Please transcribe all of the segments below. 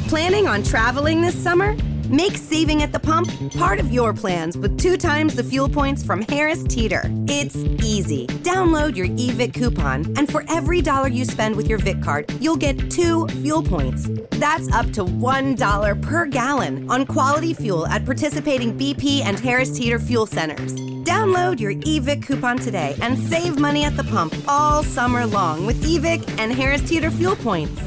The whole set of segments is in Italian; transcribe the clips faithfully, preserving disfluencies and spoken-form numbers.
Planning on traveling this summer? Make saving at the pump part of your plans with two times the fuel points from Harris Teeter. It's easy. Download your E V I C coupon, and for every dollar you spend with your V I C card, you'll get two fuel points. That's up to one dollar per gallon on quality fuel at participating B P and Harris Teeter fuel centers. Download your E V I C coupon today and save money at the pump all summer long with E V I C and Harris Teeter fuel points.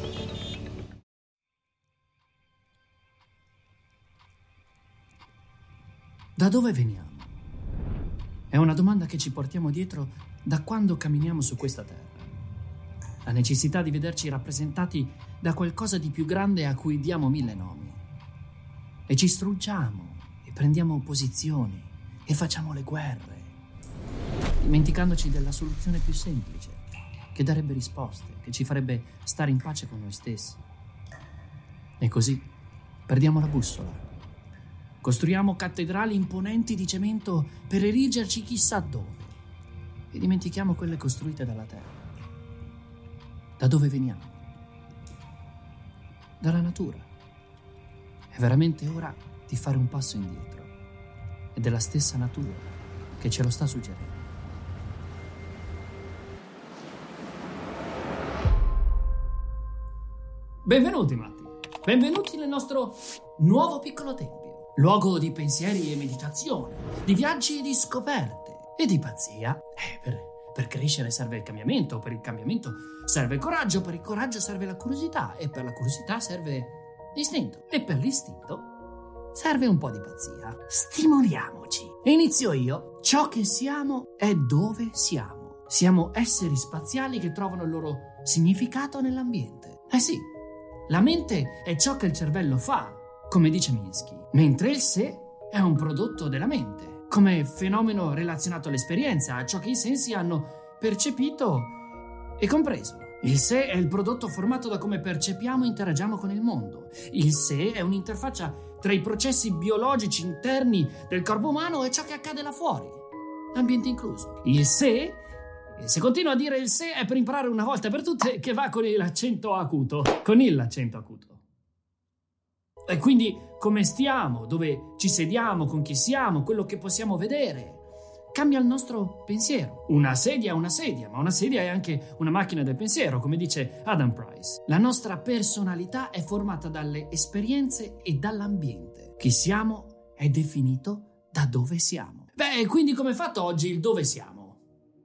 Da dove veniamo? È una domanda che ci portiamo dietro da quando camminiamo su questa terra. La necessità di vederci rappresentati da qualcosa di più grande a cui diamo mille nomi. E ci struggiamo e prendiamo posizioni e facciamo le guerre, dimenticandoci della soluzione più semplice, che darebbe risposte, che ci farebbe stare in pace con noi stessi. E così perdiamo la bussola. Costruiamo cattedrali imponenti di cemento per erigerci chissà dove e dimentichiamo quelle costruite dalla terra. Da dove veniamo? Dalla natura. È veramente ora di fare un passo indietro. Ed è la stessa natura che ce lo sta suggerendo. Benvenuti, Matti. Benvenuti nel nostro nuovo piccolo tempio. Luogo di pensieri e meditazione, di viaggi e di scoperte e di pazzia. Eh, per, per crescere serve il cambiamento, per il cambiamento serve il coraggio, per il coraggio serve la curiosità e per la curiosità serve l'istinto e per l'istinto serve un po' di pazzia. Stimoliamoci. Inizio io. Ciò che siamo è dove siamo. Siamo esseri spaziali che trovano il loro significato nell'ambiente. Eh sì, la mente è ciò che il cervello fa, come dice Minsky, mentre il sé è un prodotto della mente, come fenomeno relazionato all'esperienza, a ciò che i sensi hanno percepito e compreso. Il sé è il prodotto formato da come percepiamo e interagiamo con il mondo. Il sé è un'interfaccia tra i processi biologici interni del corpo umano e ciò che accade là fuori, ambiente incluso. Il sé, se continuo a dire il sé, è per imparare una volta per tutte che va con l'accento acuto, con il accento acuto. E quindi come stiamo, dove ci sediamo, con chi siamo, quello che possiamo vedere, cambia il nostro pensiero. Una sedia è una sedia, ma una sedia è anche una macchina del pensiero, come dice Adam Price. La nostra personalità è formata dalle esperienze e dall'ambiente. Chi siamo è definito da dove siamo. Beh, quindi come è fatto oggi il dove siamo?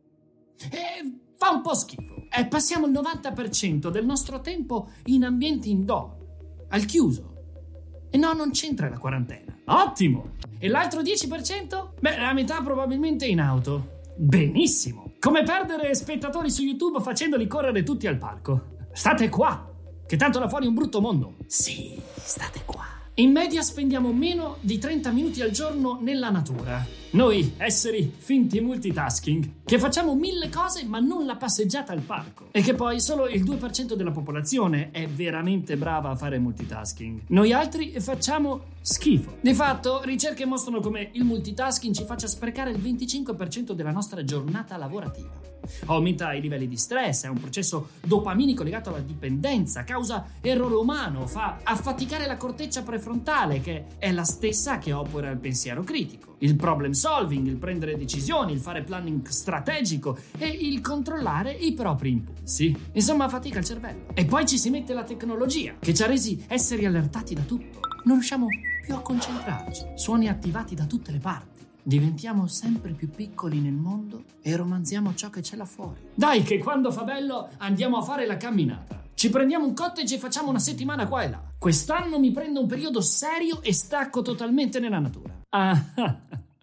E fa un po' schifo. E passiamo il novanta per cento del nostro tempo in ambienti indoor, al chiuso. E no, non c'entra la quarantena. Ottimo! E l'altro dieci per cento? Beh, la metà probabilmente in auto. Benissimo! Come perdere spettatori su YouTube facendoli correre tutti al palco. State qua, che tanto là fuori è un brutto mondo. Sì, state qua. In media spendiamo meno di trenta minuti al giorno nella natura. Noi, esseri finti multitasking, che facciamo mille cose ma non la passeggiata al parco. E che poi solo il due per cento della popolazione è veramente brava a fare multitasking. Noi altri facciamo schifo. Di fatto, ricerche mostrano come il multitasking ci faccia sprecare il venticinque per cento della nostra giornata lavorativa. Aumenta i livelli di stress, è un processo dopaminico legato alla dipendenza, causa errore umano, fa affaticare la corteccia prefrontale, che è la stessa che opera il pensiero critico, il problem solving, il prendere decisioni, il fare planning strategico e il controllare i propri impulsi. Insomma, fatica il cervello. E poi ci si mette la tecnologia, che ci ha resi esseri allertati da tutto. Non riusciamo più a concentrarci, suoni attivati da tutte le parti. Diventiamo sempre più piccoli nel mondo e romanziamo ciò che c'è là fuori. Dai, che quando fa bello andiamo a fare la camminata. Ci prendiamo un cottage e facciamo una settimana qua e là. Quest'anno mi prendo un periodo serio e stacco totalmente nella natura. Ah.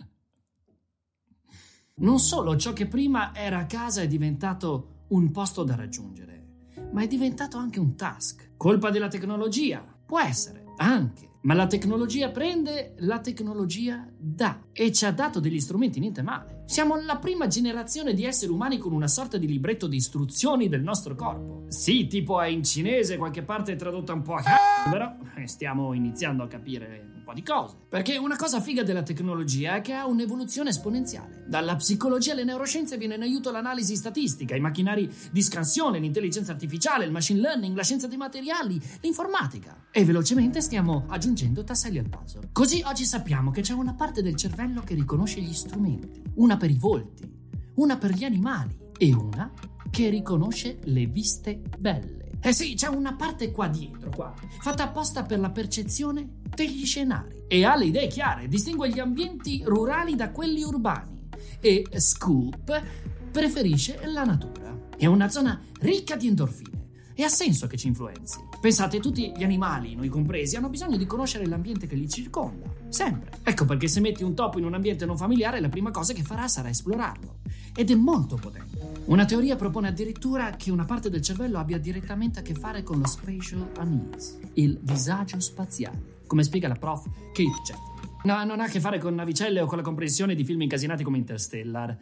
Non solo ciò che prima era a casa è diventato un posto da raggiungere, ma è diventato anche un task. Colpa della tecnologia? Può essere, anche. Ma la tecnologia prende, la tecnologia dà. E ci ha dato degli strumenti niente male. Siamo la prima generazione di esseri umani con una sorta di libretto di istruzioni del nostro corpo. Sì, tipo è in cinese, qualche parte è tradotta un po' a c***o, però stiamo iniziando a capire un po' di cose. Perché una cosa figa della tecnologia è che ha un'evoluzione esponenziale. Dalla psicologia alle neuroscienze viene in aiuto l'analisi statistica, i macchinari di scansione, l'intelligenza artificiale, il machine learning, la scienza dei materiali, l'informatica. E velocemente stiamo aggiungendo tasselli al puzzle. Così oggi sappiamo che c'è una parte del cervello che riconosce gli strumenti, una per i volti, una per gli animali e una che riconosce le viste belle. Eh sì, c'è una parte qua dietro, qua, fatta apposta per la percezione degli scenari. E ha le idee chiare, distingue gli ambienti rurali da quelli urbani. E Scoop preferisce la natura. È una zona ricca di endorfine. E ha senso che ci influenzi. Pensate, tutti gli animali, noi compresi, hanno bisogno di conoscere l'ambiente che li circonda. Sempre. Ecco perché se metti un topo in un ambiente non familiare, la prima cosa che farà sarà esplorarlo. Ed è molto potente. Una teoria propone addirittura che una parte del cervello abbia direttamente a che fare con lo spatial unease, il disagio spaziale, come spiega la prof Kate Chetty. No, non ha a che fare con navicelle o con la comprensione di film incasinati come Interstellar,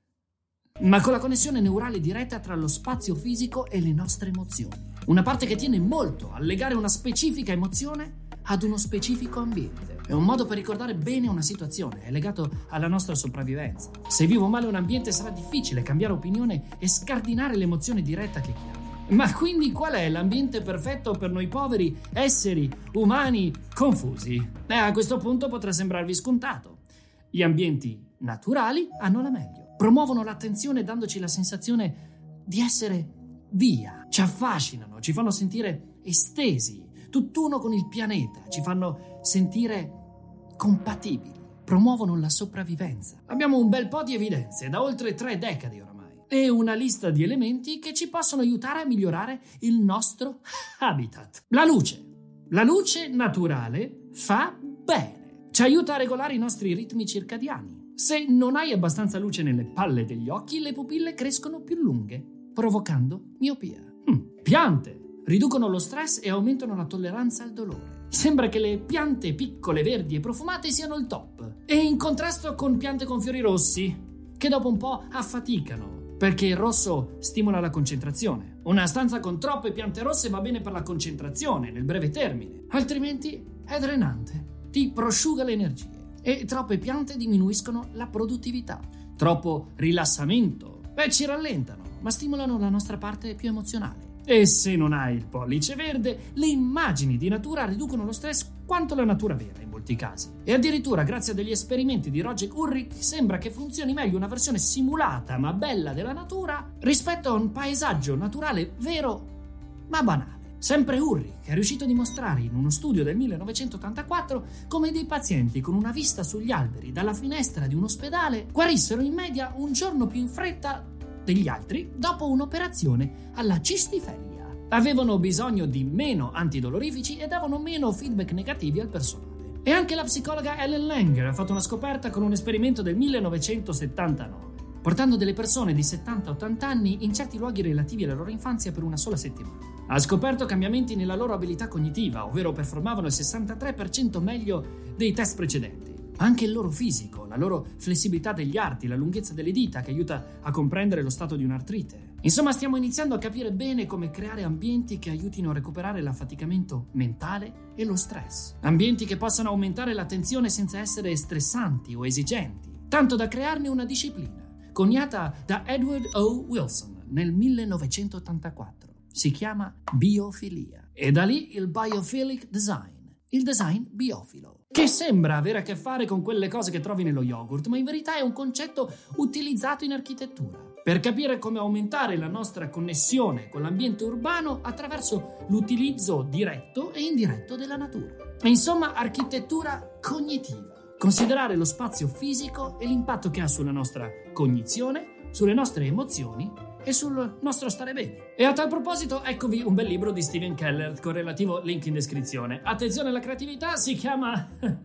ma con la connessione neurale diretta tra lo spazio fisico e le nostre emozioni. Una parte che tiene molto a legare una specifica emozione ad uno specifico ambiente. È un modo per ricordare bene una situazione, è legato alla nostra sopravvivenza. Se vivo male un ambiente sarà difficile cambiare opinione e scardinare l'emozione diretta che chiama. Ma quindi qual è l'ambiente perfetto per noi poveri esseri umani confusi? Eh, a questo punto potrà sembrarvi scontato. Gli ambienti naturali hanno la meglio. Promuovono l'attenzione dandoci la sensazione di essere via. Ci affascinano, ci fanno sentire estesi, tutt'uno con il pianeta, ci fanno sentire compatibili, promuovono la sopravvivenza. Abbiamo un bel po' di evidenze da oltre tre decadi oramai e una lista di elementi che ci possono aiutare a migliorare il nostro habitat. La luce. La luce naturale fa bene. Ci aiuta a regolare i nostri ritmi circadiani. Se non hai abbastanza luce nelle palle degli occhi, le pupille crescono più lunghe, provocando miopia. Hm. Piante riducono lo stress e aumentano la tolleranza al dolore. Sembra che le piante piccole, verdi e profumate siano il top. E in contrasto con piante con fiori rossi, che dopo un po' affaticano, perché il rosso stimola la concentrazione. Una stanza con troppe piante rosse va bene per la concentrazione nel breve termine, altrimenti è drenante, ti prosciuga le energie. E troppe piante diminuiscono la produttività. Troppo rilassamento, beh, ci rallentano, ma stimolano la nostra parte più emozionale. E se non hai il pollice verde, le immagini di natura riducono lo stress quanto la natura vera in molti casi. E addirittura, grazie a degli esperimenti di Roger Ulrich, sembra che funzioni meglio una versione simulata ma bella della natura rispetto a un paesaggio naturale vero ma banale. Sempre Ulrich è riuscito a dimostrare in uno studio del millenovecentottantaquattro come dei pazienti con una vista sugli alberi dalla finestra di un ospedale guarissero in media un giorno più in fretta degli altri dopo un'operazione alla cistifellea. Avevano bisogno di meno antidolorifici e davano meno feedback negativi al personale. E anche la psicologa Ellen Langer ha fatto una scoperta con un esperimento del millenovecentosettantanove, portando delle persone di settanta ottanta anni in certi luoghi relativi alla loro infanzia per una sola settimana. Ha scoperto cambiamenti nella loro abilità cognitiva, ovvero performavano il sessantatré per cento meglio dei test precedenti. Anche il loro fisico, la loro flessibilità degli arti, la lunghezza delle dita che aiuta a comprendere lo stato di un'artrite. Insomma, stiamo iniziando a capire bene come creare ambienti che aiutino a recuperare l'affaticamento mentale e lo stress. Ambienti che possano aumentare l'attenzione senza essere stressanti o esigenti, tanto da crearne una disciplina, coniata da Edward O. Wilson nel millenovecentottantaquattro. Si chiama biofilia. E da lì il biophilic design, il design biofilo, che sembra avere a che fare con quelle cose che trovi nello yogurt, ma in verità è un concetto utilizzato in architettura per capire come aumentare la nostra connessione con l'ambiente urbano attraverso l'utilizzo diretto e indiretto della natura. E insomma, architettura cognitiva. Considerare lo spazio fisico e l'impatto che ha sulla nostra cognizione, sulle nostre emozioni e sul nostro stare bene. E a tal proposito, eccovi un bel libro di Steven Keller con relativo link in descrizione. Attenzione alla creatività, si chiama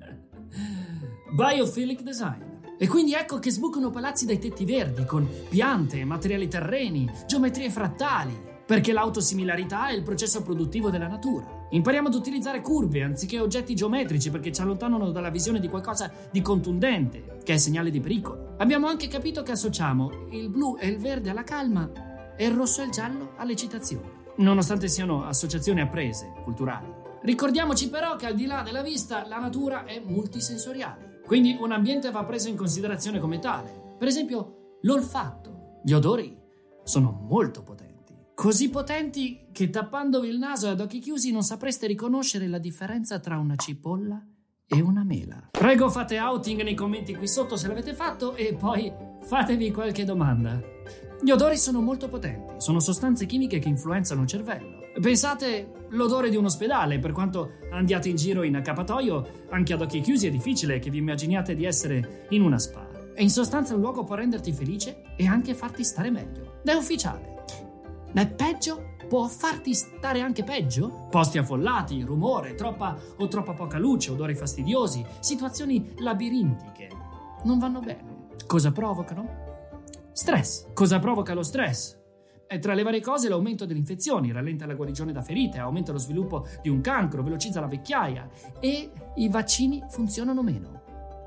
Biophilic Design. E quindi ecco che sbucano palazzi dai tetti verdi con piante, materiali terreni, geometrie frattali, perché l'autosimilarità è il processo produttivo della natura. Impariamo ad utilizzare curve anziché oggetti geometrici perché ci allontanano dalla visione di qualcosa di contundente, che è segnale di pericolo. Abbiamo anche capito che associamo il blu e il verde alla calma e il rosso e il giallo all'eccitazione, nonostante siano associazioni apprese, culturali. Ricordiamoci però che al di là della vista la natura è multisensoriale, quindi un ambiente va preso in considerazione come tale. Per esempio l'olfatto. Gli odori sono molto potenti. Così potenti che tappandovi il naso e ad occhi chiusi non sapreste riconoscere la differenza tra una cipolla e una mela. Prego fate outing nei commenti qui sotto se l'avete fatto e poi fatevi qualche domanda. Gli odori sono molto potenti, sono sostanze chimiche che influenzano il cervello. Pensate l'odore di un ospedale, per quanto andiate in giro in accappatoio, anche ad occhi chiusi è difficile che vi immaginiate di essere in una spa. E in sostanza un luogo può renderti felice e anche farti stare meglio. Ed è ufficiale. Ma è peggio? Può farti stare anche peggio? Posti affollati, rumore, troppa o troppa poca luce, odori fastidiosi, situazioni labirintiche. Non vanno bene. Cosa provocano? Stress. Cosa provoca lo stress? E tra le varie cose l'aumento delle infezioni, rallenta la guarigione da ferite, aumenta lo sviluppo di un cancro, velocizza la vecchiaia e i vaccini funzionano meno.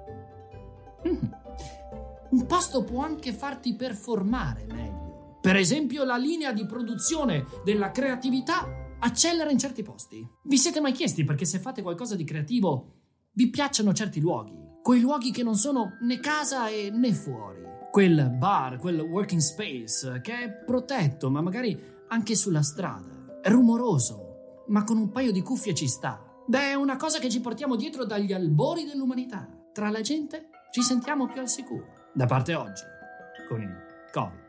Mm. Un posto può anche farti performare meglio. Per esempio, la linea di produzione della creatività accelera in certi posti. Vi siete mai chiesti perché se fate qualcosa di creativo vi piacciono certi luoghi? Quei luoghi che non sono né casa e né fuori. Quel bar, quel working space che è protetto, ma magari anche sulla strada. È rumoroso, ma con un paio di cuffie ci sta. Beh, è una cosa che ci portiamo dietro dagli albori dell'umanità. Tra la gente ci sentiamo più al sicuro. Da parte oggi, con il Covid.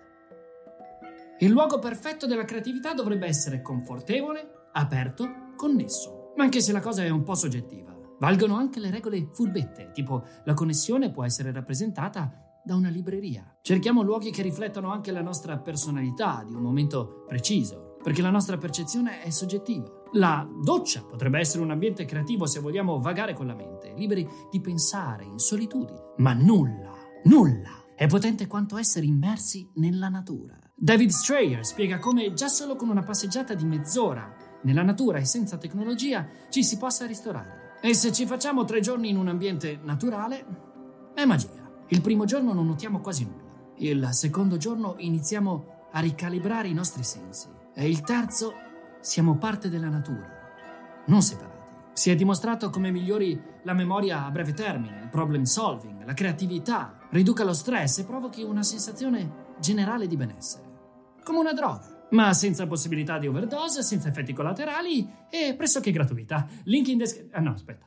Il luogo perfetto della creatività dovrebbe essere confortevole, aperto, connesso. Anche se la cosa è un po' soggettiva. Valgono anche le regole furbette, tipo la connessione può essere rappresentata da una libreria. Cerchiamo luoghi che riflettono anche la nostra personalità di un momento preciso, perché la nostra percezione è soggettiva. La doccia potrebbe essere un ambiente creativo se vogliamo vagare con la mente, liberi di pensare in solitudine. Ma nulla, nulla è potente quanto essere immersi nella natura. David Strayer spiega come già solo con una passeggiata di mezz'ora nella natura e senza tecnologia ci si possa ristorare. E se ci facciamo tre giorni in un ambiente naturale, è magia. Il primo giorno non notiamo quasi nulla. Il secondo giorno iniziamo a ricalibrare i nostri sensi. E il terzo siamo parte della natura, non separati. Si è dimostrato come migliori la memoria a breve termine, il problem solving, la creatività, riduca lo stress e provochi una sensazione generale di benessere. Come una droga, ma senza possibilità di overdose, senza effetti collaterali e pressoché gratuita. Link in descrizione. Ah no, aspetta.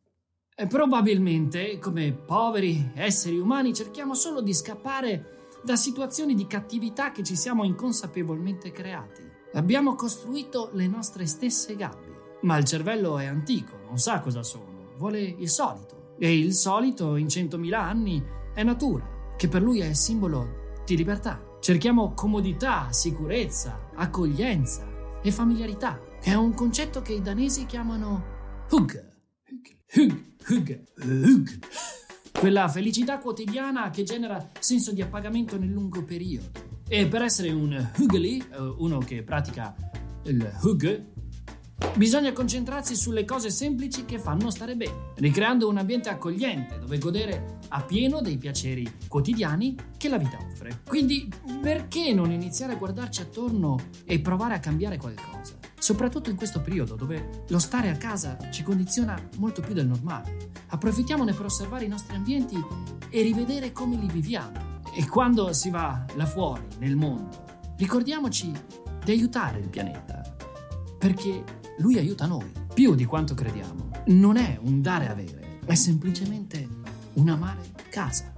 E probabilmente, come poveri esseri umani, cerchiamo solo di scappare da situazioni di cattività che ci siamo inconsapevolmente creati. Abbiamo costruito le nostre stesse gabbie, ma il cervello è antico, non sa cosa sono, vuole il solito. E il solito in centomila anni è natura, che per lui è simbolo di libertà. Cerchiamo comodità, sicurezza, accoglienza e familiarità. È un concetto che i danesi chiamano hygge. Hygge. Hygge. Hygge. Quella felicità quotidiana che genera senso di appagamento nel lungo periodo. E per essere un hyggelig, uno che pratica il hygge, bisogna concentrarsi sulle cose semplici che fanno stare bene, ricreando un ambiente accogliente dove godere appieno dei piaceri quotidiani che la vita offre. Quindi perché non iniziare a guardarci attorno e provare a cambiare qualcosa? Soprattutto in questo periodo dove lo stare a casa ci condiziona molto più del normale. Approfittiamone per osservare i nostri ambienti e rivedere come li viviamo. E quando si va là fuori, nel mondo, ricordiamoci di aiutare il pianeta, perché lui aiuta noi, più di quanto crediamo. Non è un dare-avere, è semplicemente un amare casa.